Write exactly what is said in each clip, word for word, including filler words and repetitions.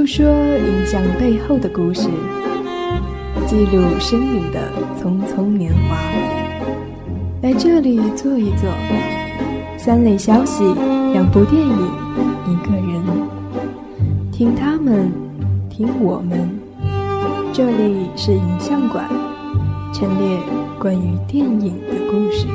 说影像背后的故事，记录生命的匆匆年华。来这里坐一坐，三类消息，两部电影，一个人，听他们，听我们。这里是影像馆，陈列关于电影的故事。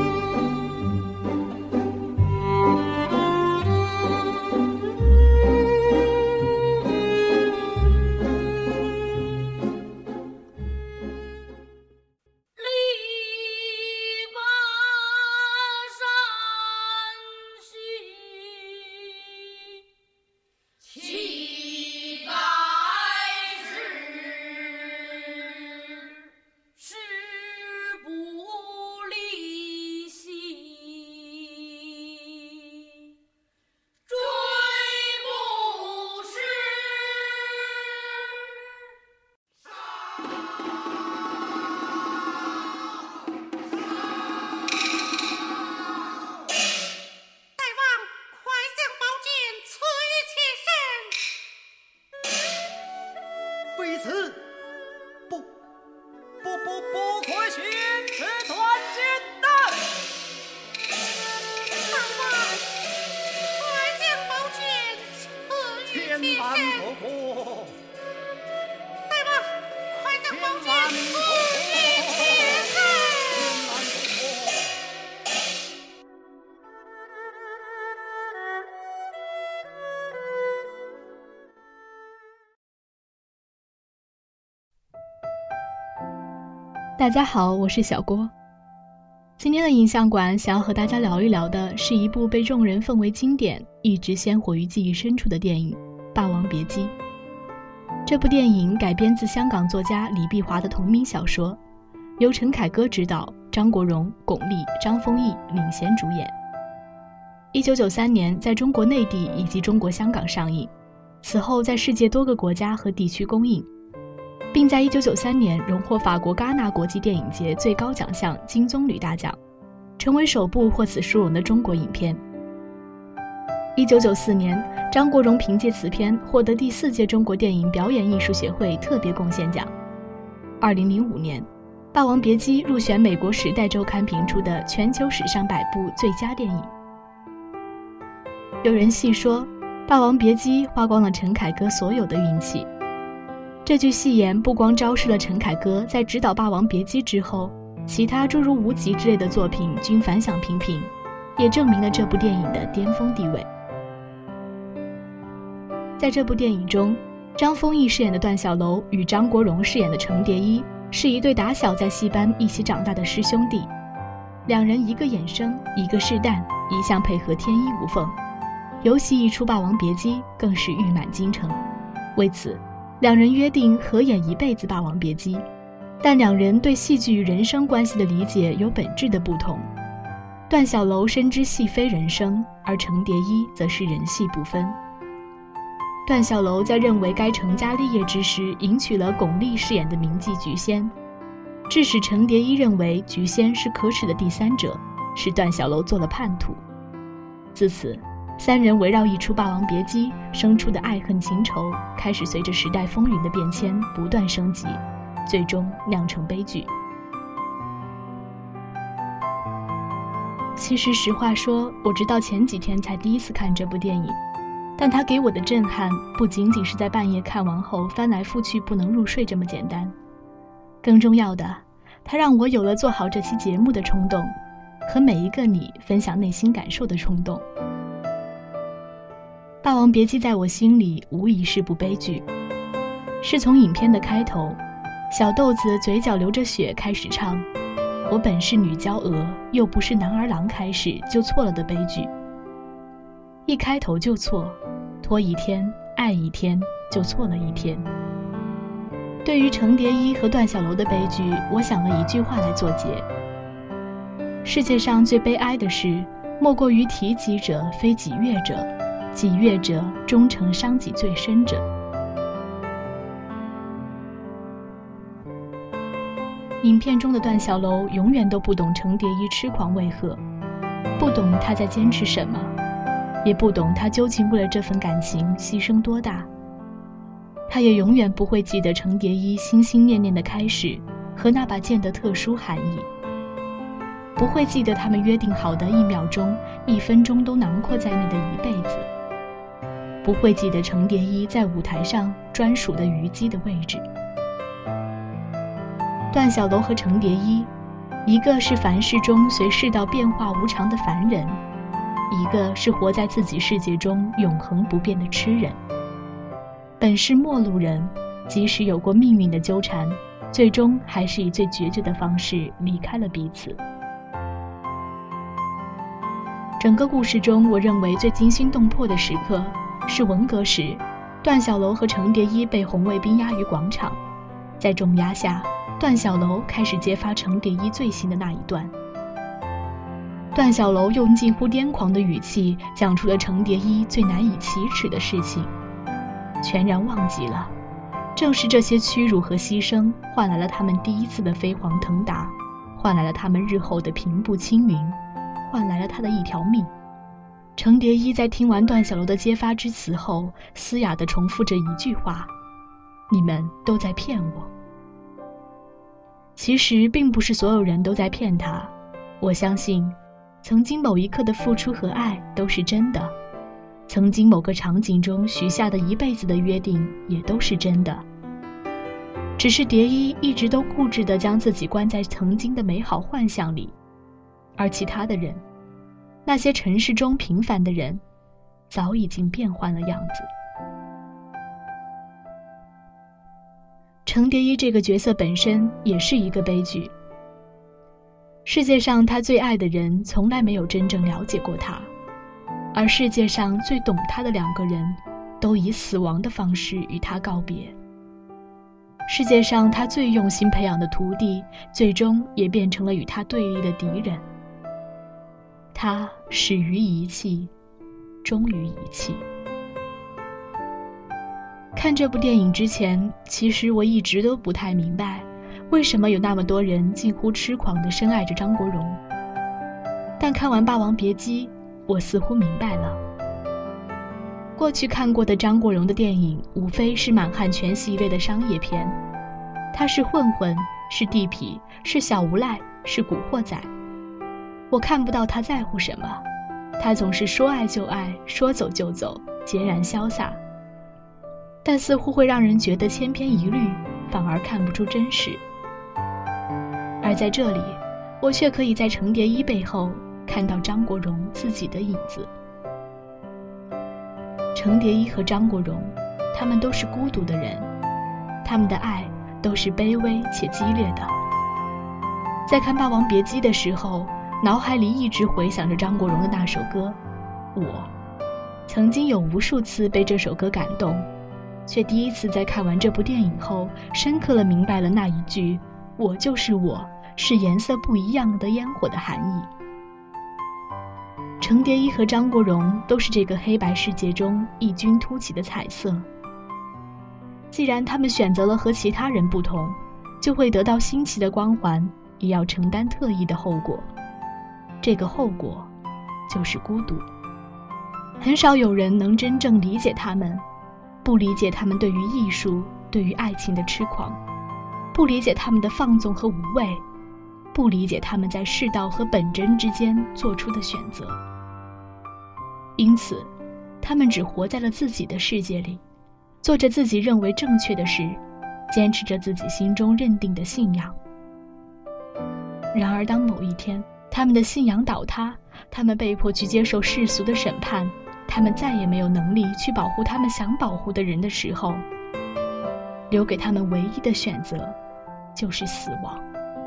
大家好，我是小郭。今天的影像馆想要和大家聊一聊的是一部被众人奉为经典，一直鲜活于记忆深处的电影《霸王别姬》。这部电影改编自香港作家李碧华的同名小说，由陈凯歌执导，张国荣、巩俐、张丰毅领衔主演。一九九三年在中国内地以及中国香港上映，此后在世界多个国家和地区公映，并在一九九三年荣获法国戛纳国际电影节最高奖项金棕榈大奖，成为首部获此殊荣的中国影片。一九九四年，张国荣凭借此片获得第四届中国电影表演艺术协会特别贡献奖。二零零五年，《霸王别姬》入选美国《时代周刊》评出的全球史上百部最佳电影。有人戏说，《霸王别姬》花光了陈凯歌所有的运气。这句戏言不光昭示了陈凯歌在执导《霸王别姬》之后，其他诸如《无极》之类的作品均反响平平，也证明了这部电影的巅峰地位。在这部电影中，张丰毅饰演的段小楼与张国荣饰演的程蝶衣是一对打小在戏班一起长大的师兄弟，两人一个衍生，一个是旦，一向配合天衣无缝。尤其一出《霸王别姬》更是誉满京城，为此两人约定合演一辈子《霸王别姬》，但两人对戏剧与人生关系的理解有本质的不同。段小楼深知戏非人生，而程蝶衣则是人戏不分。段小楼在认为该成家立业之时，迎娶了巩俐饰演的名妓菊仙，致使程蝶衣认为菊仙是可耻的第三者，使段小楼做了叛徒。自此，三人围绕一出《霸王别姬》生出的爱恨情仇，开始随着时代风云的变迁不断升级，最终酿成悲剧。其实实话说，我直到前几天才第一次看这部电影，但它给我的震撼不仅仅是在半夜看完后翻来覆去不能入睡这么简单，更重要的，它让我有了做好这期节目的冲动，和每一个你分享内心感受的冲动。《霸王别姬》在我心里无疑是部悲剧，是从影片的开头，小豆子嘴角流着血开始唱“我本是女娇娥，又不是男儿郎”开始就错了的悲剧。一开头就错，拖一天爱一天就错了一天。对于程蝶衣和段小楼的悲剧，我想了一句话来作结：世界上最悲哀的事，莫过于提己者非己悦者，己悦者终成伤己最深者。影片中的段小楼永远都不懂程蝶衣痴狂为何，不懂他在坚持什么，也不懂他究竟为了这份感情牺牲多大。 他也永远不会记得程蝶衣心心念念的开始和那把剑的特殊含义，不会记得他们约定好的一秒钟、一分钟都囊括在内的一辈子，不会记得程蝶衣在舞台上专属的虞姬的位置。段小楼和程蝶衣，一个是凡世中随世道变化无常的凡人，一个是活在自己世界中永恒不变的痴人。本是陌路人，即使有过命运的纠缠，最终还是以最决绝的方式离开了彼此。整个故事中，我认为最惊心动魄的时刻是文革时，段小楼和程蝶衣被红卫兵押于广场，在重压下，段小楼开始揭发程蝶衣罪行的那一段。段小楼用近乎癫狂的语气讲出了程蝶衣最难以启齿的事情，全然忘记了，正是这些屈辱和牺牲换来了他们第一次的飞黄腾达，换来了他们日后的平步青云，换来了他的一条命。程蝶衣在听完段小楼的揭发之词后，嘶哑地重复着一句话：你们都在骗我。其实并不是所有人都在骗他，我相信曾经某一刻的付出和爱都是真的，曾经某个场景中许下的一辈子的约定也都是真的，只是蝶衣一直都固执地将自己关在曾经的美好幻想里，而其他的人，那些尘世中平凡的人，早已经变换了样子。程蝶衣这个角色本身也是一个悲剧，世界上他最爱的人从来没有真正了解过他，而世界上最懂他的两个人都以死亡的方式与他告别。世界上他最用心培养的徒弟，最终也变成了与他对立的敌人。他始于一气，终于一气。看这部电影之前，其实我一直都不太明白，为什么有那么多人近乎痴狂地深爱着张国荣。但看完《霸王别姬》，我似乎明白了。过去看过的张国荣的电影，无非是《满汉全席》类的商业片，他是混混，是地痞，是小无赖，是古惑仔。我看不到他在乎什么，他总是说爱就爱，说走就走，截然潇洒。但似乎会让人觉得千篇一律，反而看不出真实。而在这里，我却可以在程蝶衣背后看到张国荣自己的影子。程蝶衣和张国荣，他们都是孤独的人，他们的爱都是卑微且激烈的。在看《霸王别姬》的时候，脑海里一直回想着张国荣的那首歌《我》，曾经有无数次被这首歌感动，却第一次在看完这部电影后，深刻地明白了那一句“我就是我，是颜色不一样的烟火”的含义。程蝶衣和张国荣都是这个黑白世界中异军突起的彩色。既然他们选择了和其他人不同，就会得到新奇的光环，也要承担特异的后果。这个后果就是孤独。很少有人能真正理解他们，不理解他们对于艺术、对于爱情的痴狂，不理解他们的放纵和无畏，不理解他们在世道和本真之间做出的选择。因此，他们只活在了自己的世界里，做着自己认为正确的事，坚持着自己心中认定的信仰。然而当某一天，他们的信仰倒塌，他们被迫去接受世俗的审判，他们再也没有能力去保护他们想保护的人的时候，留给他们唯一的选择就是死亡。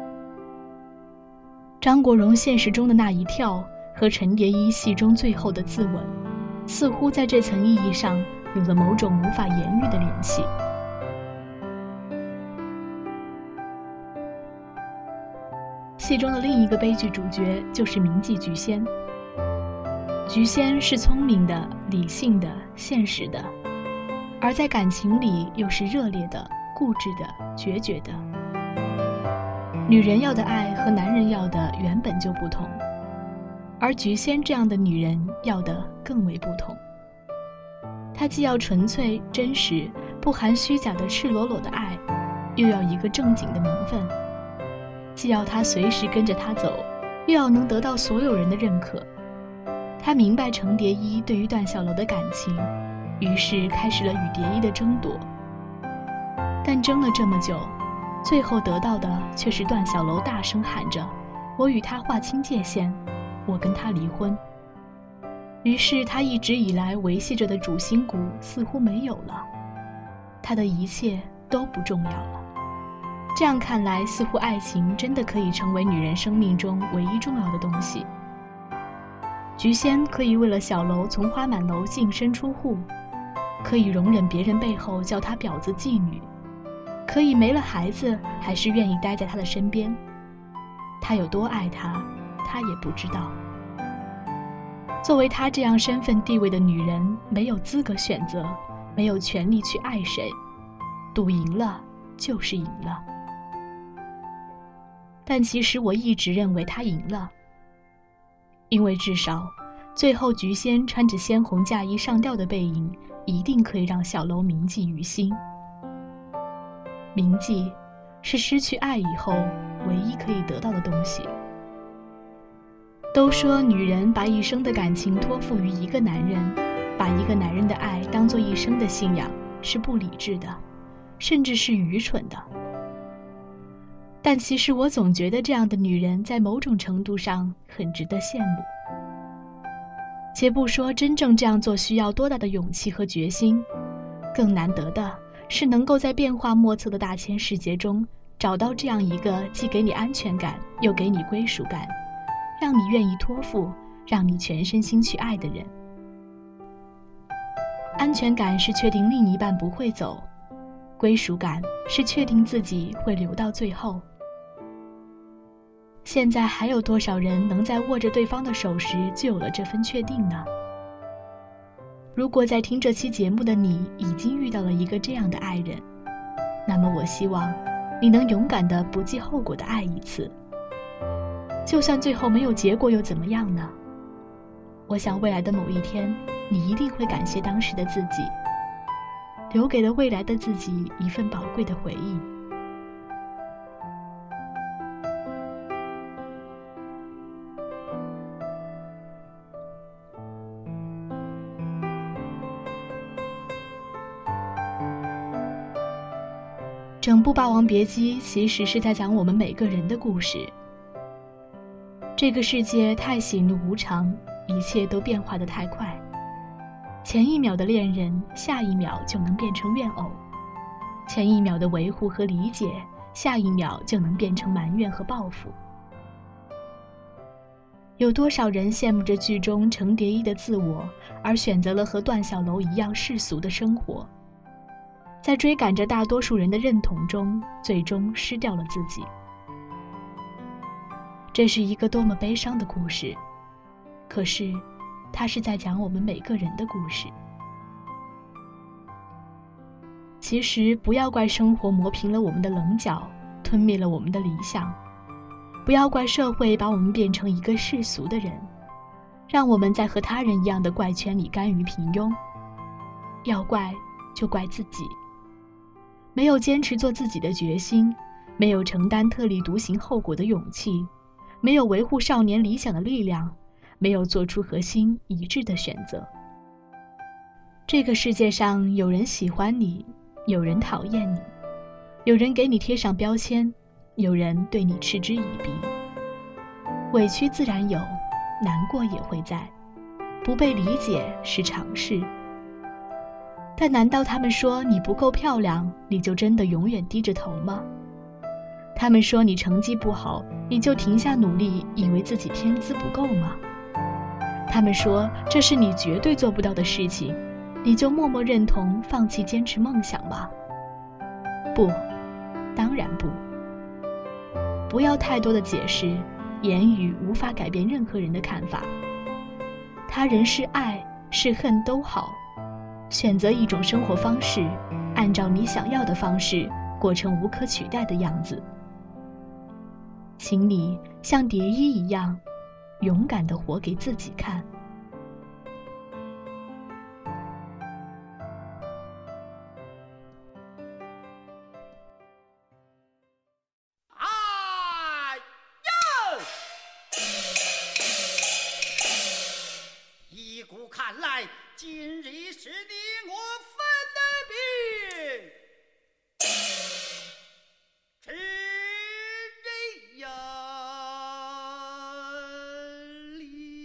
张国荣现实中的那一跳和程蝶衣戏中最后的自刎，似乎在这层意义上有了某种无法言喻的联系。戏中的另一个悲剧主角就是名妓菊仙。菊仙是聪明的、理性的、现实的，而在感情里又是热烈的、固执的、决绝的。女人要的爱和男人要的原本就不同，而菊仙这样的女人要的更为不同。她既要纯粹、真实， 不含虚假的赤裸裸的爱，又要一个正经的名分，既要他随时跟着他走，又要能得到所有人的认可。他明白程蝶衣对于段小楼的感情，于是开始了与蝶衣的争夺。但争了这么久，最后得到的却是段小楼大声喊着：我与他划清界限，我跟他离婚。于是他一直以来维系着的主心骨似乎没有了，他的一切都不重要了。这样看来，似乎爱情真的可以成为女人生命中唯一重要的东西。菊仙可以为了小楼从花满楼净身出户，可以容忍别人背后叫她婊子妓女，可以没了孩子还是愿意待在他的身边。他有多爱他，他也不知道。作为他这样身份地位的女人，没有资格选择，没有权利去爱谁，赌赢了就是赢了。但其实我一直认为他赢了，因为至少最后菊仙穿着鲜红嫁衣上吊的背影，一定可以让小楼铭记于心。铭记是失去爱以后唯一可以得到的东西。都说女人把一生的感情托付于一个男人，把一个男人的爱当作一生的信仰，是不理智的，甚至是愚蠢的。但其实我总觉得这样的女人在某种程度上很值得羡慕。且不说真正这样做需要多大的勇气和决心，更难得的是能够在变化莫测的大千世界中找到这样一个既给你安全感又给你归属感，让你愿意托付，让你全身心去爱的人。安全感是确定另一半不会走，归属感是确定自己会留到最后。现在还有多少人能在握着对方的手时就有了这份确定呢？如果在听这期节目的你已经遇到了一个这样的爱人，那么我希望你能勇敢地不计后果地爱一次。就算最后没有结果又怎么样呢？我想未来的某一天，你一定会感谢当时的自己，留给了未来的自己一份宝贵的回忆。整部《霸王别姬》其实是在讲我们每个人的故事。这个世界太喜怒无常，一切都变化得太快。前一秒的恋人，下一秒就能变成怨偶；前一秒的维护和理解，下一秒就能变成埋怨和报复。有多少人羡慕着剧中程蝶衣的自我，而选择了和段小楼一样世俗的生活？在追赶着大多数人的认同中，最终失掉了自己。这是一个多么悲伤的故事，可是它是在讲我们每个人的故事。其实不要怪生活磨平了我们的棱角，吞灭了我们的理想，不要怪社会把我们变成一个世俗的人，让我们在和他人一样的怪圈里甘于平庸。要怪就怪自己，没有坚持做自己的决心，没有承担特立独行后果的勇气，没有维护少年理想的力量，没有做出和心一致的选择。这个世界上有人喜欢你，有人讨厌你，有人给你贴上标签，有人对你嗤之以鼻。委屈自然有，难过也会在，不被理解是常事。但难道他们说你不够漂亮，你就真的永远低着头吗？他们说你成绩不好，你就停下努力，以为自己天资不够吗？他们说这是你绝对做不到的事情，你就默默认同，放弃坚持梦想吗？不，当然不。不要太多的解释，言语无法改变任何人的看法。他人是爱是恨都好，选择一种生活方式，按照你想要的方式过成无可取代的样子。请你像蝶衣一样，勇敢地活给自己看。 故看来，今日是你我分的别，迟人呀了。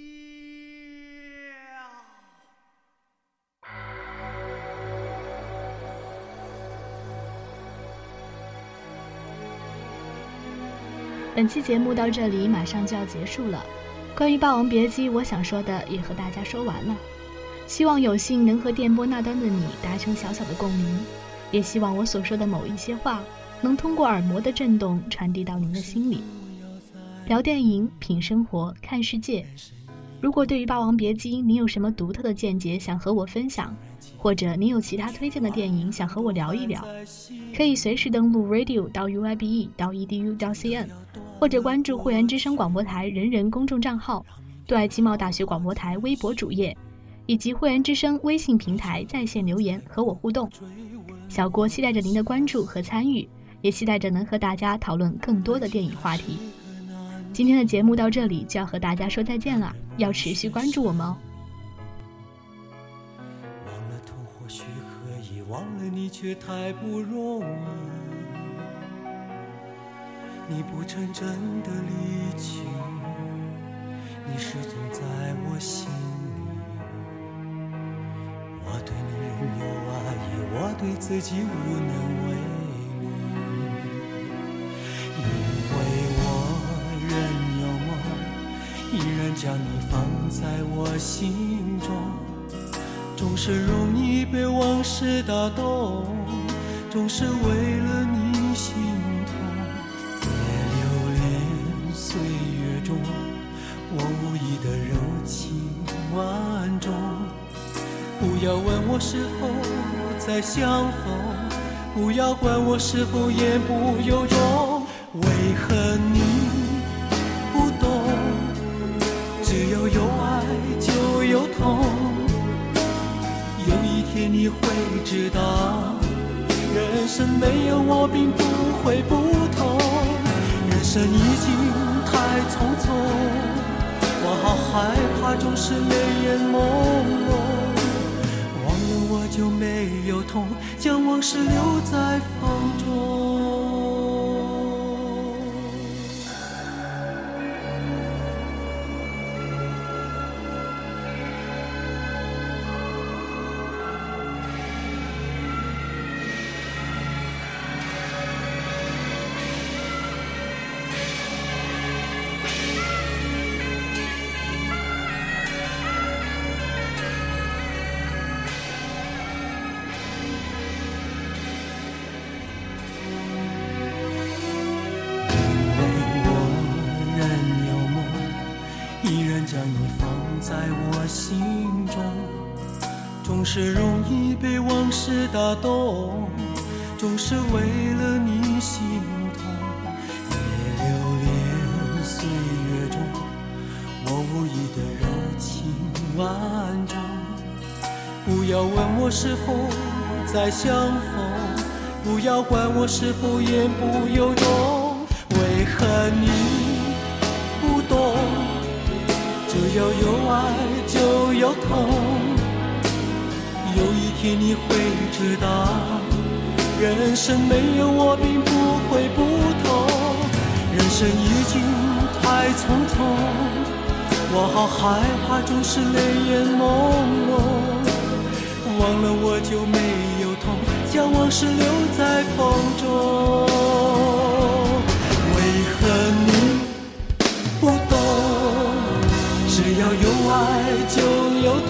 本期节目到这里马上就要结束了，关于《霸王别姬》，我想说的也和大家说完了。希望有幸能和电波那端的你达成小小的共鸣，也希望我所说的某一些话能通过耳膜的震动传递到您的心里。聊电影，品生活，看世界。如果对于《霸王别姬》您有什么独特的见解想和我分享，或者您有其他推荐的电影想和我聊一聊，可以随时登录 radio 到 u i b e 到 e d u 到 c n， 或者关注汇源之声广播台人人公众账号、对外经贸大学广播台微博主页，以及汇源之声微信平台在线留言和我互动。小郭期待着您的关注和参与，也期待着能和大家讨论更多的电影话题。今天的节目到这里就要和大家说再见了，要持续关注我们哦。 忘了痛或许可以，忘了你却太不容易。你不曾真的离去，你始终在我心里。我对你仍有爱意，我对自己无能为力，因为我仍有梦，依然将你放在我心中，总是容易被往事打动，总是为了你心痛。别留恋岁月中我无意的柔情万种，不要问我是否再相逢，不要管我是否言不由衷。为何你不懂，只要有爱就有痛，有一天你会知道，人生没有我并不会不同。人生已经太匆匆，我好害怕总是泪眼朦胧，忘了我就没有痛，将往事留在风中。将你放在我心中，总是容易被往事打动，总是为了你心痛。别留恋岁月中我无意的柔情万种，不要问我是否再相逢，不要管我是否言不由衷。为何你不懂，只要有爱就有痛，有一天你会知道，人生没有我并不会不同。人生已经太匆匆，我好害怕总是泪眼朦胧，忘了我就没有痛，将往事留在风中。为何你不懂，只要有爱就有痛，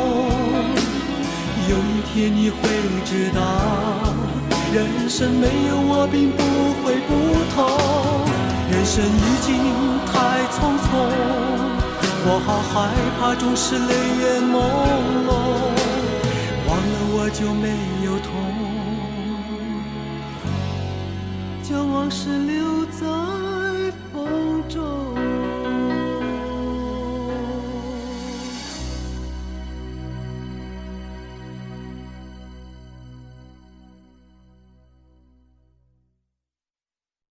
有一天你会知道，人生没有我并不会不同。人生已经太匆匆，我好害怕总是泪眼朦胧，忘了我就没有痛，将往事留在风中。